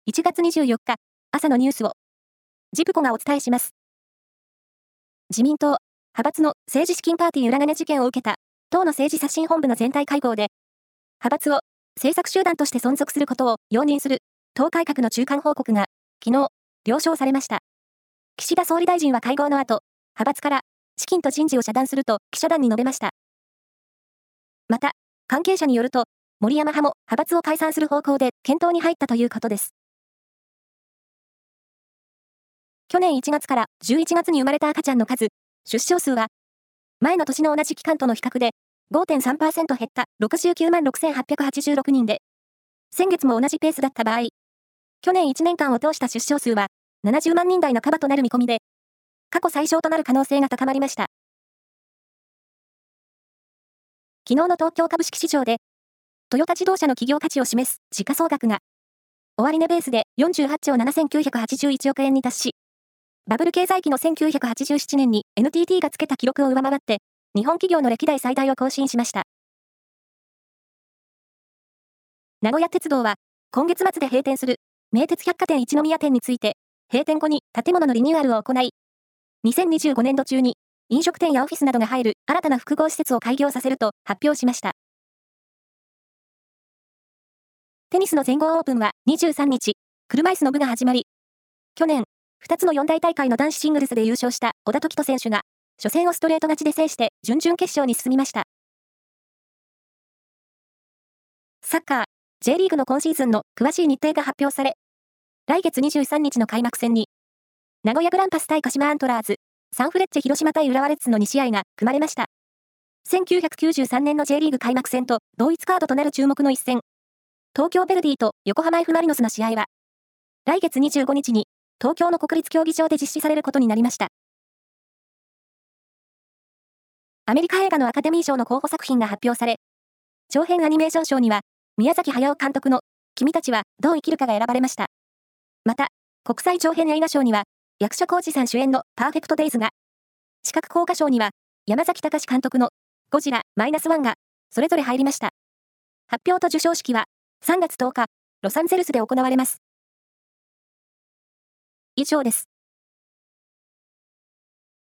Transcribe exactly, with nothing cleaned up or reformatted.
いちがつにじゅうよっか、朝のニュースを、ジプコがお伝えします。自民党、派閥の政治資金パーティー裏金事件を受けた、党の政治刷新本部の全体会合で、派閥を政策集団として存続することを容認する、党改革の中間報告が、昨日、了承されました。岸田総理大臣は会合の後、派閥から資金と人事を遮断すると記者団に述べました。また、関係者によると、森山派も派閥を解散する方向で検討に入ったということです。去年いちがつからじゅういちがつに生まれた赤ちゃんの数、出生数は、前の年の同じ期間との比較で ごてんさんパーセント 減ったろくじゅうきゅうまんろくせんはっぴゃくはちじゅうろくにんで、先月も同じペースだった場合、去年いちねんかんを通した出生数はななじゅうまんにん台半ばとなる見込みで、過去最小となる可能性が高まりました。昨日の東京株式市場で、トヨタ自動車の企業価値を示す時価総額が、終値ベースでよんじゅうはっちょうななせんきゅうひゃくはちじゅういちおくえんに達し、バブル経済期のせんきゅうひゃくはちじゅうななねんに エヌティーティー がつけた記録を上回って、日本企業の歴代最大を更新しました。名古屋鉄道は、今月末で閉店する、名鉄百貨店一宮店について、閉店後に建物のリニューアルを行い、にせんにじゅうごねんど中に、飲食店やオフィスなどが入る新たな複合施設を開業させると発表しました。テニスの全豪オープンはにじゅうさんにち、車椅子の部が始まり、去年、ふたつの四大大会の男子シングルスで優勝した小田凱人選手が、初戦をストレート勝ちで制して準々決勝に進みました。サッカー、J リーグの今シーズンの詳しい日程が発表され、来月にじゅうさんにちの開幕戦に、名古屋グランパス対鹿島アントラーズ、サンフレッチェ広島対浦和レッズのにしあいが組まれました。せんきゅうひゃくきゅうじゅうさんねんの J リーグ開幕戦と同一カードとなる注目の一戦、東京ヴェルディと横浜 F マリノスの試合は、来月にじゅうごにちに東京の国立競技場で実施されることになりました。アメリカ映画のアカデミー賞の候補作品が発表され、長編アニメーション賞には、宮崎駿監督の君たちはどう生きるかが選ばれました。また、国際長編映画賞には、役所広司さん主演のパーフェクトデイズが、視覚効果賞には、山崎貴監督のゴジラマイナスワンが、それぞれ入りました。発表と授賞式は、さんがつとおか、ロサンゼルスで行われます。以上です。